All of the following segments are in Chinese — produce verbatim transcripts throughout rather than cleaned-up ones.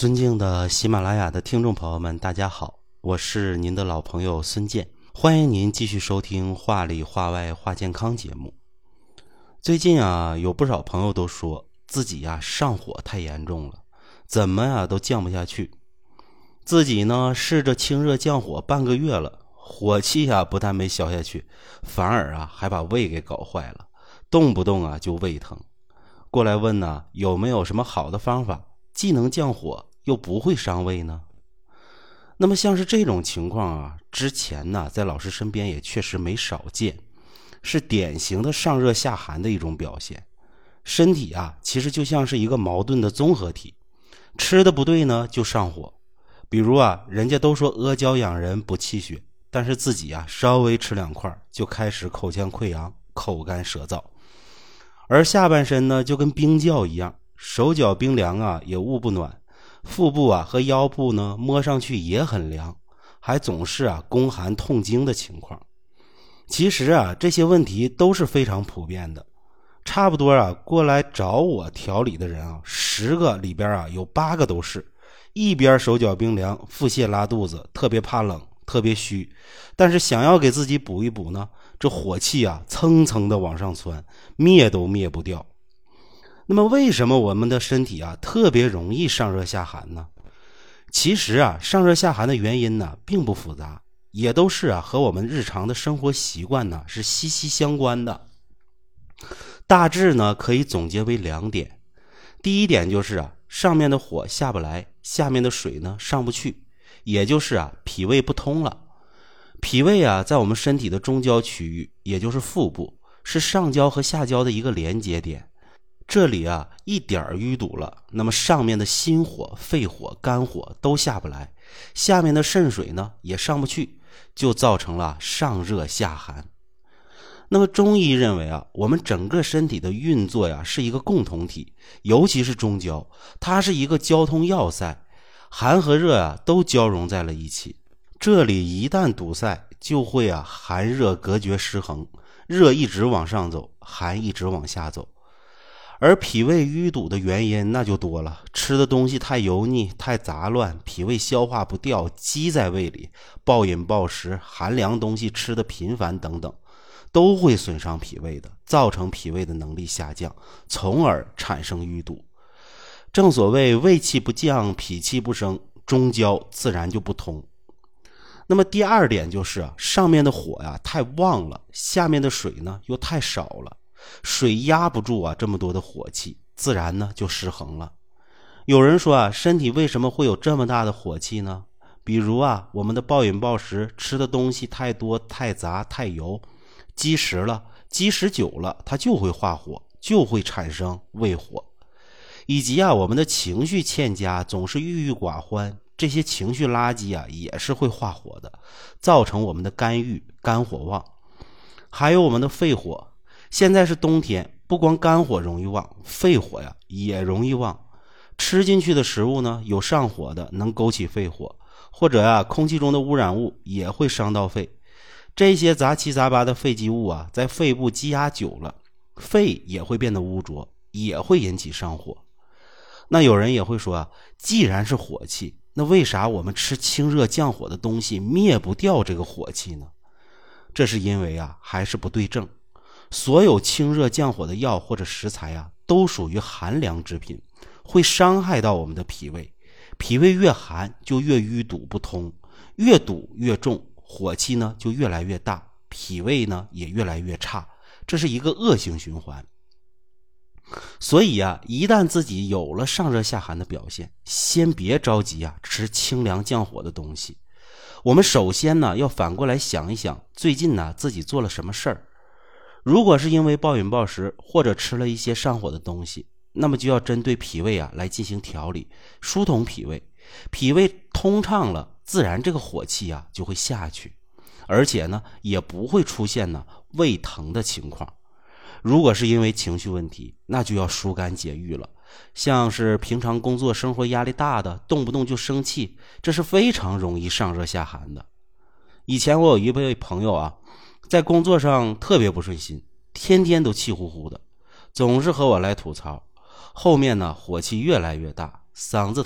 尊敬的喜马拉雅的听众朋友们，大家好，我是您的老朋友孙健，欢迎您继续收听话里话外话健康节目。最近啊，有不少朋友都说自己呀、啊、上火太严重了，怎么呀都降不下去。自己呢试着清热降火半个月了，火气啊不但没消下去，反而啊还把胃给搞坏了，动不动啊就胃疼。过来问呢，有没有什么好的方法，既能降火又不会伤胃呢？那么像是这种情况啊，之前呢在老师身边也确实没少见，是典型的上热下寒的一种表现。身体啊其实就像是一个矛盾的综合体，吃的不对呢就上火。比如啊，人家都说阿胶养人不气血，但是自己啊稍微吃两块就开始口腔溃疡，口干舌燥。而下半身呢就跟冰窖一样，手脚冰凉啊也捂不暖，腹部啊和腰部呢摸上去也很凉，还总是啊宫寒痛经的情况。其实啊这些问题都是非常普遍的，差不多啊过来找我调理的人啊，十个里边啊有八个都是一边手脚冰凉，腹泻拉肚子，特别怕冷，特别虚，但是想要给自己补一补呢，这火气啊蹭蹭的往上窜，灭都灭不掉。那么为什么我们的身体啊特别容易上热下寒呢？其实啊上热下寒的原因呢并不复杂，也都是啊和我们日常的生活习惯呢是息息相关的。大致呢可以总结为两点。第一点就是啊上面的火下不来，下面的水呢上不去，也就是啊脾胃不通了。脾胃啊在我们身体的中焦区域，也就是腹部，是上焦和下焦的一个连接点。这里啊一点淤堵了，那么上面的心火、肺火、肝火都下不来，下面的肾水呢也上不去，就造成了上热下寒。那么中医认为啊，我们整个身体的运作呀是一个共同体，尤其是中焦，它是一个交通要塞，寒和热啊都交融在了一起。这里一旦堵塞，就会啊寒热隔绝失衡，热一直往上走，寒一直往下走。而脾胃淤堵的原因那就多了，吃的东西太油腻太杂乱，脾胃消化不掉，积在胃里，暴饮暴食，寒凉东西吃的频繁等等，都会损伤脾胃的，造成脾胃的能力下降，从而产生淤堵。正所谓胃气不降，脾气不升，中焦自然就不通。那么第二点就是啊，上面的火呀太旺了，下面的水呢又太少了，水压不住啊这么多的火气，自然呢就失衡了。有人说啊，身体为什么会有这么大的火气呢？比如啊，我们的暴饮暴食，吃的东西太多太杂太油，积食了，积食久了它就会化火，就会产生胃火。以及啊我们的情绪欠佳，总是郁郁寡欢，这些情绪垃圾啊也是会化火的，造成我们的肝郁，肝火旺。还有我们的肺火，现在是冬天，不光肝火容易旺，肺火呀也容易旺。吃进去的食物呢有上火的，能勾起肺火，或者啊空气中的污染物也会伤到肺。这些杂七杂八的废弃物啊在肺部积压久了，肺也会变得污浊，也会引起上火。那有人也会说啊，既然是火气，那为啥我们吃清热降火的东西灭不掉这个火气呢？这是因为啊还是不对症。所有清热降火的药或者食材啊都属于寒凉之品，会伤害到我们的脾胃。脾胃越寒就越淤堵不通，越堵越重，火气呢就越来越大，脾胃呢也越来越差，这是一个恶性循环。所以啊，一旦自己有了上热下寒的表现，先别着急啊吃清凉降火的东西。我们首先呢要反过来想一想，最近呢自己做了什么事儿。如果是因为暴饮暴食或者吃了一些上火的东西，那么就要针对脾胃啊来进行调理，疏通脾胃。脾胃通畅了，自然这个火气啊就会下去，而且呢也不会出现呢胃疼的情况。如果是因为情绪问题，那就要疏肝解郁了。像是平常工作生活压力大的，动不动就生气，这是非常容易上热下寒的。以前我有一位朋友啊，在工作上特别不顺心，天天都气呼呼的，总是和我来吐槽。后面呢火气越来越大，嗓子疼，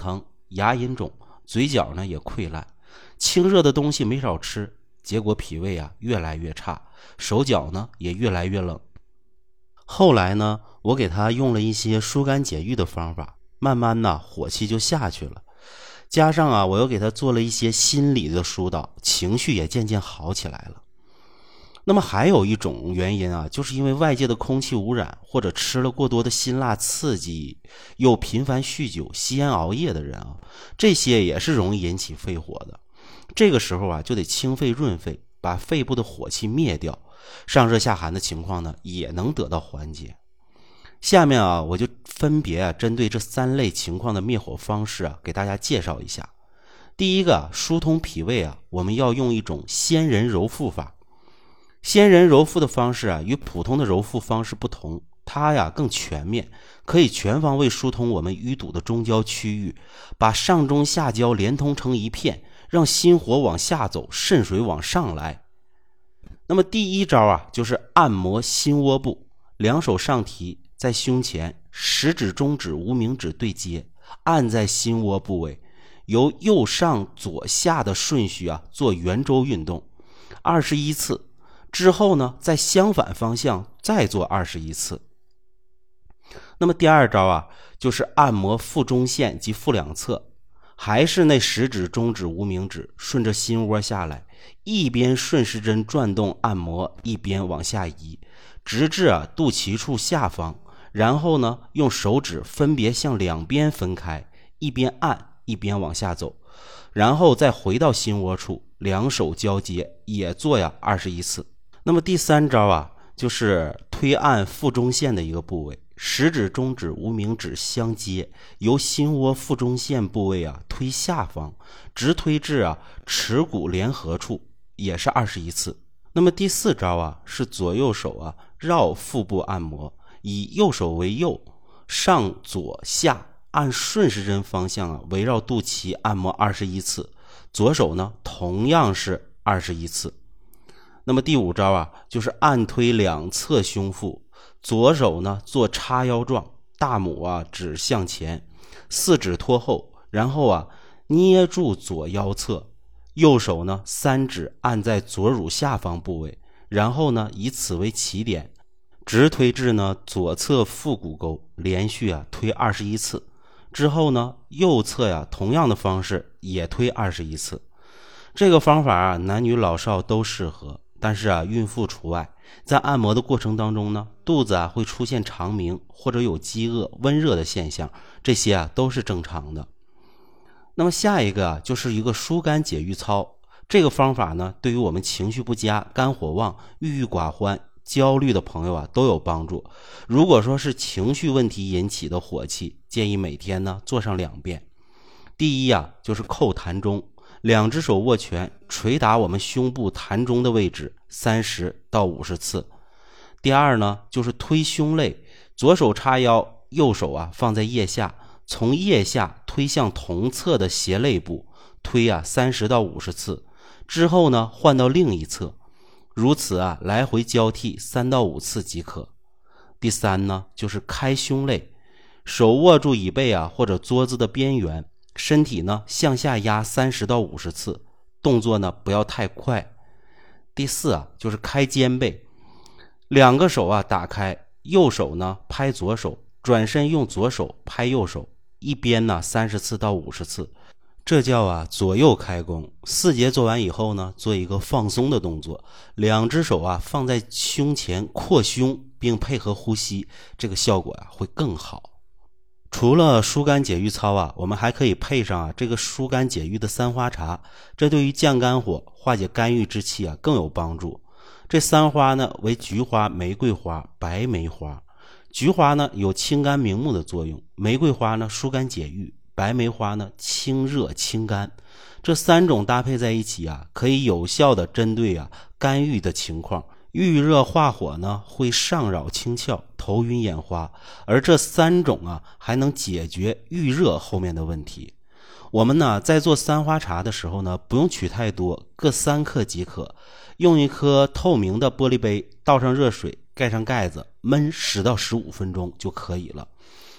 牙龈肿，嘴角呢也溃烂，清热的东西没少吃，结果脾胃啊越来越差，手脚呢也越来越冷。后来呢，我给他用了一些疏肝解郁的方法，慢慢呢火气就下去了。加上啊，我又给他做了一些心理的疏导，情绪也渐渐好起来了。那么还有一种原因啊，就是因为外界的空气污染，或者吃了过多的辛辣刺激，又频繁酗酒、吸烟、熬夜的人啊，这些也是容易引起肺火的。这个时候啊，就得清肺润肺，把肺部的火气灭掉，上热下寒的情况呢，也能得到缓解。下面啊，我就分别啊针对这三类情况的灭火方式啊，给大家介绍一下。第一个，疏通脾胃啊，我们要用一种仙人揉腹法。仙人揉腹的方式啊，与普通的揉腹方式不同，它呀更全面，可以全方位疏通我们淤堵的中焦区域，把上中下焦连通成一片，让心火往下走，肾水往上来。那么第一招啊，就是按摩心窝部，两手上提在胸前，食指、中指、无名指对接，按在心窝部位，由右上左下的顺序啊做圆周运动二十一次。之后呢，在相反方向再做二十一次。那么第二招啊，就是按摩腹中线及腹两侧，还是那食指、中指、无名指顺着心窝下来，一边顺时针转动按摩，一边往下移，直至啊肚脐处下方，然后呢，用手指分别向两边分开，一边按一边往下走，然后再回到心窝处，两手交接，也做呀二十一次。那么第三招啊，就是推按腹中线的一个部位，食指、中指、无名指相接，由心窝腹中线部位啊推下方，直推至啊耻骨联合处，也是二十一次。那么第四招啊，是左右手啊绕腹部按摩，以右手为右，上左下按顺时针方向啊围绕肚脐按摩二十一次，左手呢同样是二十一次。那么第五招啊，就是按推两侧胸腹，左手呢做叉腰状，大拇啊指向前，四指托后，然后啊捏住左腰侧，右手呢三指按在左乳下方部位，然后呢以此为起点，直推至呢左侧腹股沟，连续啊推二十一次。之后呢右侧呀同样的方式也推二十一次。这个方法啊男女老少都适合，但是啊孕妇除外。在按摩的过程当中呢，肚子啊会出现肠鸣或者有饥饿、温热的现象，这些啊都是正常的。那么下一个啊就是一个疏肝解郁操。这个方法呢，对于我们情绪不佳、肝火旺、郁郁寡欢、焦虑的朋友啊都有帮助。如果说是情绪问题引起的火气，建议每天呢做上两遍。第一啊就是扣膻中，两只手握拳捶打我们胸部膻中的位置三十到五十次。第二呢就是推胸肋，左手叉腰，右手啊放在腋下，从腋下推向同侧的斜肋部，推啊三十到五十次。之后呢换到另一侧，如此啊来回交替三到五次即可。第三呢就是开胸肋，手握住椅背啊或者桌子的边缘，身体呢向下压三十到五十次，动作呢不要太快。第四啊就是开肩背，两个手啊打开，右手呢拍左手，转身用左手拍右手，一边呢三十次到五十次，这叫啊左右开弓。四节做完以后呢，做一个放松的动作，两只手啊放在胸前扩胸，并配合呼吸，这个效果啊会更好。除了疏肝解郁操啊，我们还可以配上啊这个疏肝解郁的三花茶，这对于降肝火、化解肝郁之气啊更有帮助。这三花呢为菊花、玫瑰花、白梅花。菊花呢有清肝明目的作用，玫瑰花呢疏肝解郁，白梅花呢清热清肝。这三种搭配在一起啊，可以有效的针对啊肝郁的情况。郁热化火呢会上扰清窍，头晕眼花，而这三种啊还能解决郁热后面的问题。我们呢在做三花茶的时候呢，不用取太多，各三克即可。用一颗透明的玻璃杯，倒上热水，盖上盖子，焖十到十五分钟就可以了。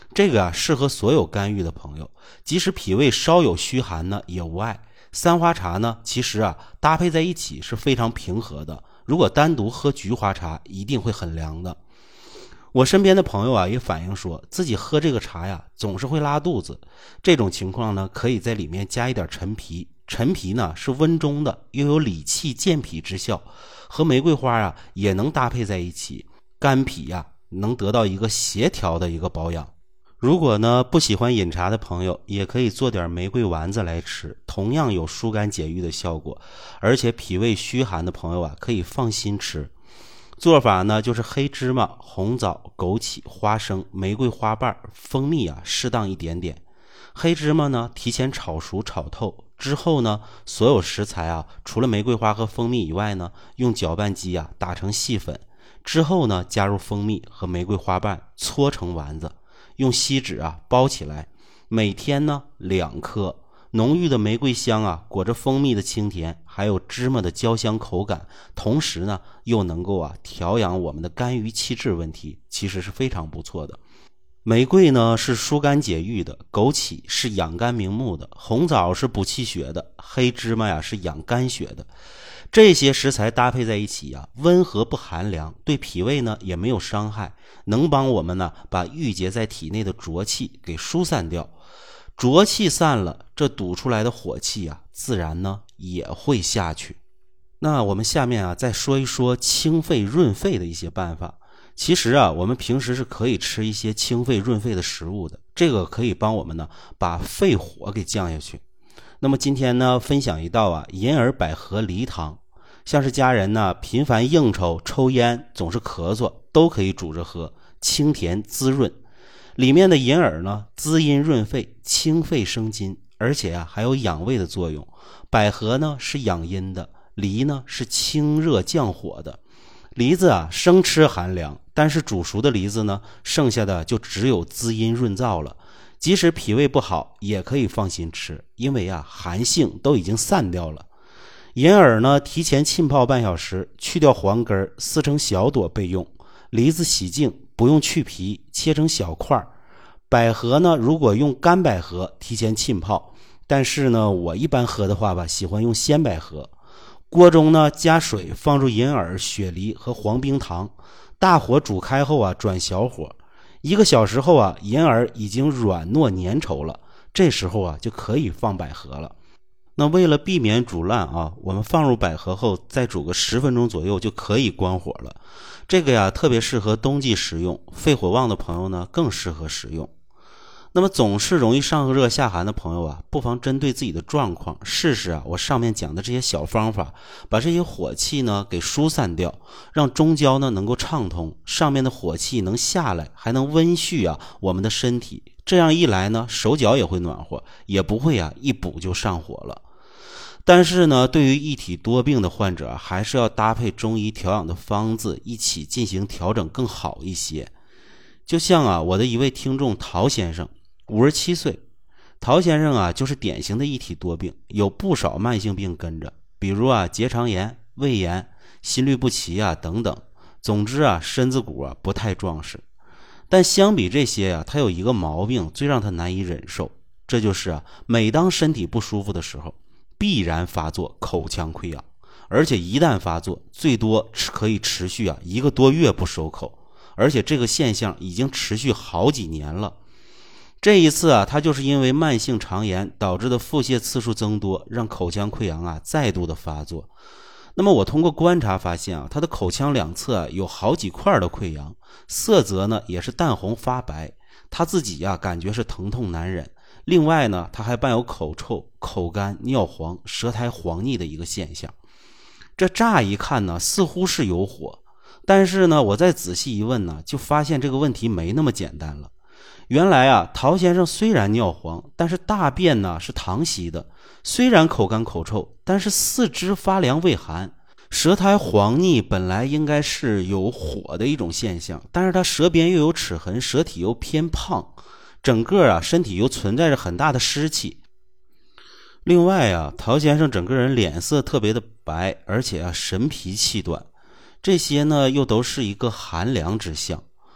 这个啊适合所有肝郁的朋友，即使脾胃稍有虚寒呢也无碍。三花茶呢其实啊搭配在一起是非常平和的，如果单独喝菊花茶一定会很凉的。我身边的朋友啊也反映说自己喝这个茶呀总是会拉肚子，这种情况呢可以在里面加一点陈皮，陈皮呢是温中的，又有理气健脾之效，和玫瑰花啊也能搭配在一起，肝脾呀能得到一个协调的一个保养。如果呢不喜欢饮茶的朋友，也可以做点玫瑰丸子来吃，同样有疏肝解郁的效果，而且脾胃虚寒的朋友啊可以放心吃。做法呢就是黑芝麻、红枣、枸杞、花生、玫瑰花瓣、蜂蜜啊适当一点点。黑芝麻呢提前炒熟炒透之后呢，所有食材啊除了玫瑰花和蜂蜜以外呢，用搅拌机啊打成细粉，之后呢加入蜂蜜和玫瑰花瓣搓成丸子，用锡纸啊包起来，每天呢两颗。浓郁的玫瑰香啊裹着蜂蜜的清甜，还有芝麻的焦香口感，同时呢又能够啊调养我们的肝郁气滞问题，其实是非常不错的。玫瑰呢是疏肝解郁的，枸杞是养肝明目的，红枣是补气血的，黑芝麻呀是养肝血的。这些食材搭配在一起啊，温和不寒凉，对脾胃呢也没有伤害，能帮我们呢把郁结在体内的浊气给疏散掉。浊气散了，这堵出来的火气啊自然呢也会下去。那我们下面啊再说一说清肺润肺的一些办法。其实啊我们平时是可以吃一些清肺润肺的食物的，这个可以帮我们呢把肺火给降下去。那么今天呢分享一道啊银耳百合梨汤，像是家人呢频繁应酬、抽烟、总是咳嗽，都可以煮着喝，清甜滋润。里面的银耳呢滋阴润肺、清肺生津，而且啊还有养胃的作用。百合呢是养阴的，梨呢是清热降火的。梨子啊生吃寒凉，但是煮熟的梨子呢剩下的就只有滋阴润燥了，即使脾胃不好也可以放心吃，因为啊寒性都已经散掉了。银耳呢提前浸泡半小时，去掉黄根，撕成小朵备用。梨子洗净，不用去皮，切成小块。百合呢如果用干百合提前浸泡，但是呢我一般喝的话吧喜欢用鲜百合。锅中呢加水，放入银耳、雪梨和黄冰糖，大火煮开后啊转小火，一个小时后啊银耳已经软糯粘稠了，这时候啊就可以放百合了。那为了避免煮烂啊，我们放入百合后再煮个十分钟左右就可以关火了。这个呀特别适合冬季食用，肺火旺的朋友呢更适合食用。那么总是容易上热下寒的朋友啊，不妨针对自己的状况试试啊我上面讲的这些小方法，把这些火气呢给疏散掉，让中焦呢能够畅通，上面的火气能下来，还能温煦啊我们的身体。这样一来呢，手脚也会暖和，也不会啊一补就上火了。但是呢，对于一体多病的患者，还是要搭配中医调养的方子一起进行调整更好一些。就像啊我的一位听众陶先生，五十七岁，陶先生啊就是典型的一体多病，有不少慢性病跟着，比如啊结肠炎、胃炎、心律不齐啊等等。总之啊身子骨啊不太壮实。但相比这些啊，他有一个毛病最让他难以忍受，这就是啊每当身体不舒服的时候，必然发作口腔溃疡，而且一旦发作，最多可以持续啊一个多月不收口，而且这个现象已经持续好几年了。这一次啊，他就是因为慢性肠炎导致的腹泻次数增多，让口腔溃疡啊再度的发作。那么我通过观察发现啊，他的口腔两侧啊有好几块的溃疡，色泽呢也是淡红发白，他自己啊感觉是疼痛难忍。另外呢，他还伴有口臭、口干、尿黄、舌苔黄腻的一个现象。这乍一看呢，似乎是有火，但是呢，我再仔细一问呢，就发现这个问题没那么简单了。原来啊，陶先生虽然尿黄，但是大便呢是溏稀的，虽然口干口臭，但是四肢发凉畏寒，舌苔黄腻本来应该是有火的一种现象，但是他舌边又有齿痕，舌体又偏胖，整个啊身体又存在着很大的湿气。另外啊，陶先生整个人脸色特别的白，而且啊神疲气短，这些呢又都是一个寒凉之象。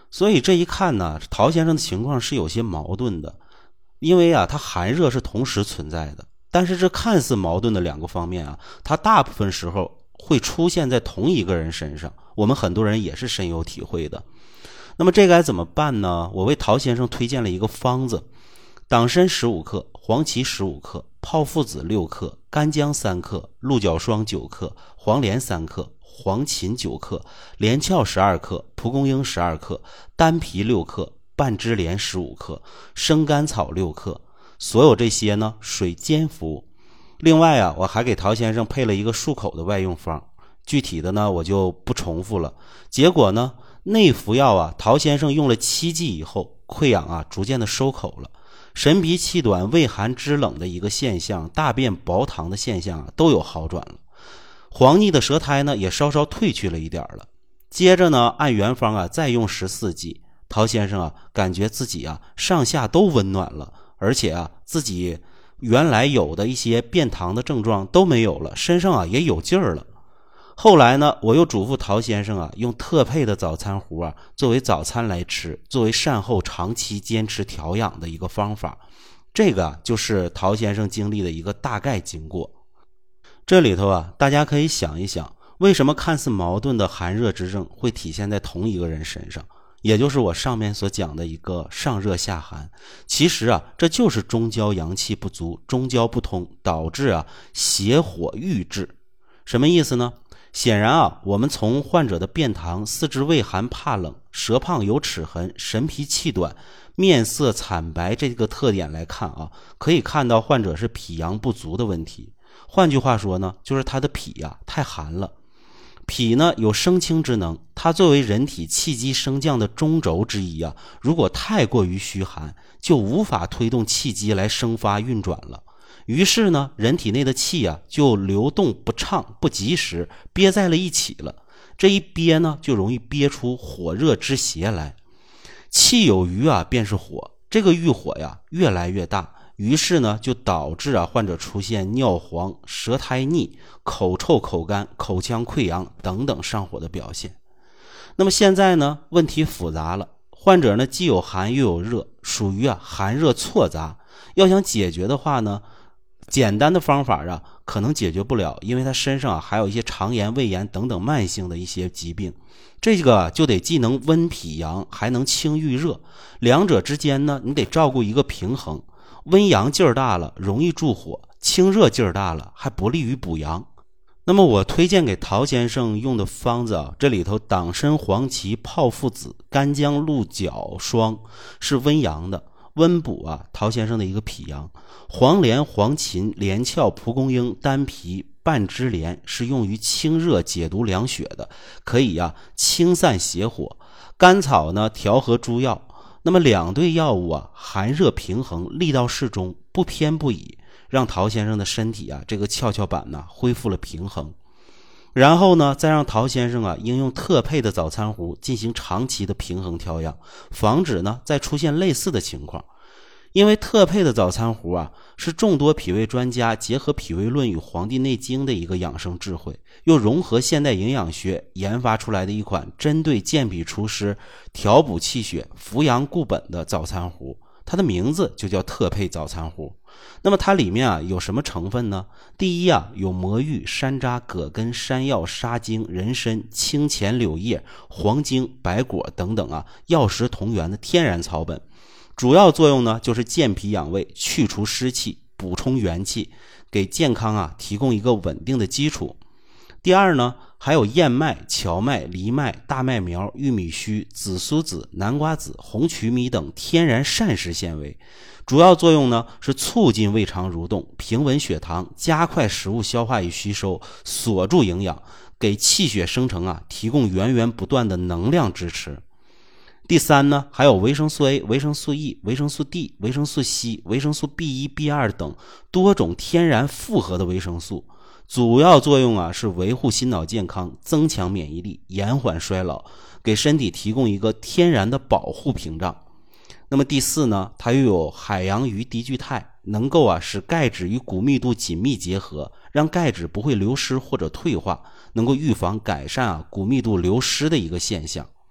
所以这一看呢，陶先生的情况是有些矛盾的，因为啊，他寒热是同时存在的，但是这看似矛盾的两个方面啊，它大部分时候会出现在同一个人身上，我们很多人也是深有体会的。那么这该怎么办呢？我为陶先生推荐了一个方子：党参十五克，黄芪十五克，炮附子六克，干姜三克，鹿角霜九克，黄连三克，黄芩九克，连翘十二克，蒲公英十二克，丹皮六克，半枝莲十五克，生甘草六克。所有这些呢，水煎服。另外啊，我还给陶先生配了一个漱口的外用方，具体的呢我就不重复了。结果呢，内服药啊，陶先生用了七剂以后，溃疡啊逐渐的收口了，神疲气短、畏寒肢冷的一个现象，大便薄溏的现象啊都有好转了。黄腻的舌苔呢也稍稍退去了一点了。接着呢，按原方啊再用十四剂，陶先生啊感觉自己啊上下都温暖了，而且啊自己原来有的一些便溏的症状都没有了，身上啊也有劲儿了。后来呢，我又嘱咐陶先生啊，用特配的早餐糊啊作为早餐来吃，作为善后长期坚持调养的一个方法。这个啊就是陶先生经历的一个大概经过。这里头啊，大家可以想一想，为什么看似矛盾的寒热之症会体现在同一个人身上？也就是我上面所讲的一个上热下寒。其实啊，这就是中焦阳气不足，中焦不通，导致啊邪火郁滞。什么意思呢？显然啊，我们从患者的便溏、四肢畏寒怕冷、舌胖有齿痕、神疲气短、面色惨白这个特点来看啊，可以看到患者是脾阳不足的问题。换句话说呢，就是他的脾啊太寒了。脾呢有升清之能，它作为人体气机升降的中轴之一啊，如果太过于虚寒，就无法推动气机来生发运转了。于是呢，人体内的气啊就流动不畅、不及时，憋在了一起了。这一憋呢，就容易憋出火热之邪来。气有余啊，便是火。这个郁火呀越来越大，于是呢，就导致啊患者出现尿黄、舌苔腻、口臭、口干、口腔溃疡等等上火的表现。那么现在呢，问题复杂了，患者呢既有寒又有热，属于啊寒热错杂。要想解决的话呢，简单的方法啊可能解决不了，因为他身上啊还有一些肠炎、胃炎等等慢性的一些疾病。这个就得既能温脾阳，还能清郁热，两者之间呢，你得照顾一个平衡。温阳劲儿大了容易助火，清热劲儿大了还不利于补阳。那么我推荐给陶先生用的方子啊，这里头党参、黄芪、炮附子、干姜、鹿角霜是温阳的，温补啊陶先生的一个脾阳。黄连、黄芩、连翘、蒲公英、丹皮、半枝莲是用于清热解毒凉血的，可以啊清散邪火。甘草呢调和诸药。那么两对药物啊，寒热平衡，力道适中，不偏不倚，让陶先生的身体啊这个跷跷板呢恢复了平衡。然后呢，再让陶先生啊应用特配的早餐糊进行长期的平衡调养，防止呢再出现类似的情况。因为特配的早餐糊啊，是众多脾胃专家结合脾胃论与黄帝内经的一个养生智慧，又融合现代营养学研发出来的一款针对健脾除湿、调补气血、扶阳固本的早餐糊。它的名字就叫特配早餐糊。那么它里面啊有什么成分呢？第一啊，有魔芋、山楂、葛根、山药、沙精、人参、清钱、柳叶、黄精、白果等等啊药食同源的天然草本。主要作用呢就是健脾养胃，去除湿气，补充元气，给健康啊提供一个稳定的基础。第二呢，还有燕麦、荞麦、藜麦、大麦苗、玉米须、紫苏籽、南瓜籽、红曲米等天然膳食纤维。主要作用呢是促进胃肠蠕动，平稳血糖，加快食物消化与吸收，锁住营养，给气血生成啊提供源源不断的能量支持。第三呢，还有维生素 A、维生素 E、维生素 D、维生素 C、维生素 B 一、B 二 等多种天然复合的维生素，主要作用啊是维护心脑健康，增强免疫力，延缓衰老，给身体提供一个天然的保护屏障。那么第四呢，它又有海洋鱼低聚肽，能够啊使钙质与骨密度紧密结合，让钙质不会流失或者退化，能够预防改善啊骨密度流失的一个现象。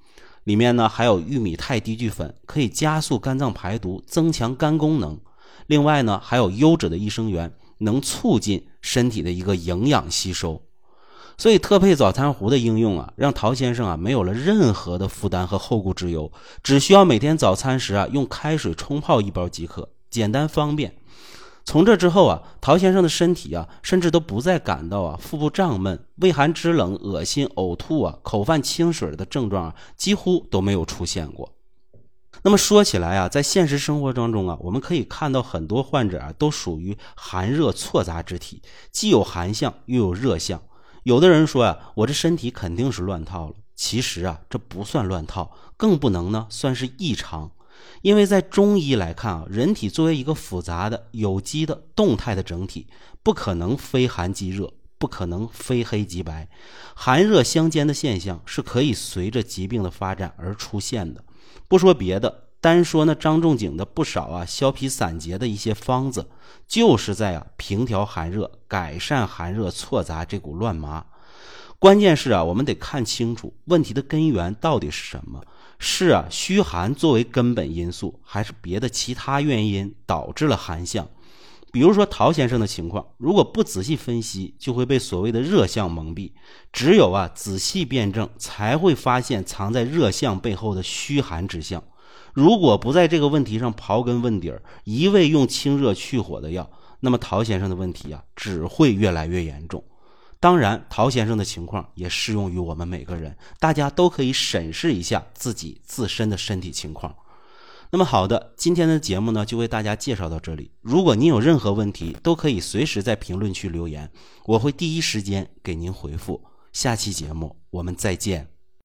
里面呢还有玉米肽滴聚粉，可以加速肝脏排毒，增强肝功能。另外呢还有优质的益生元，能促进身体的一个营养吸收。所以特配早餐壶的应用啊，让陶先生啊没有了任何的负担和后顾之忧，只需要每天早餐时啊用开水冲泡一包即可，简单方便。从这之后啊，陶先生的身体啊甚至都不再感到啊腹部胀闷、畏寒肢冷、恶心、呕吐啊、口泛清水的症状啊几乎都没有出现过。那么说起来啊，在现实生活当中啊，我们可以看到很多患者啊都属于寒热错杂之体，既有寒象又有热象。有的人说啊，我这身体肯定是乱套了。其实啊，这不算乱套，更不能呢算是异常。因为在中医来看啊，人体作为一个复杂的、有机的、动态的整体，不可能非寒即热，不可能非黑即白。寒热相间的现象是可以随着疾病的发展而出现的。不说别的，单说呢张仲景的不少啊消皮散结的一些方子，就是在啊平调寒热、改善寒热错杂这股乱麻。关键是啊，我们得看清楚问题的根源到底是什么，是啊虚寒作为根本因素，还是别的其他原因导致了寒象。比如说陶先生的情况，如果不仔细分析，就会被所谓的热象蒙蔽。只有啊仔细辩证，才会发现藏在热象背后的虚寒之象。如果不在这个问题上刨根问底儿，一味用清热去火的药，那么陶先生的问题啊只会越来越严重。当然陶先生的情况也适用于我们每个人，大家都可以审视一下自己自身的身体情况。那么好的，今天的节目呢就为大家介绍到这里。如果您有任何问题，都可以随时在评论区留言，我会第一时间给您回复。下期节目我们再见。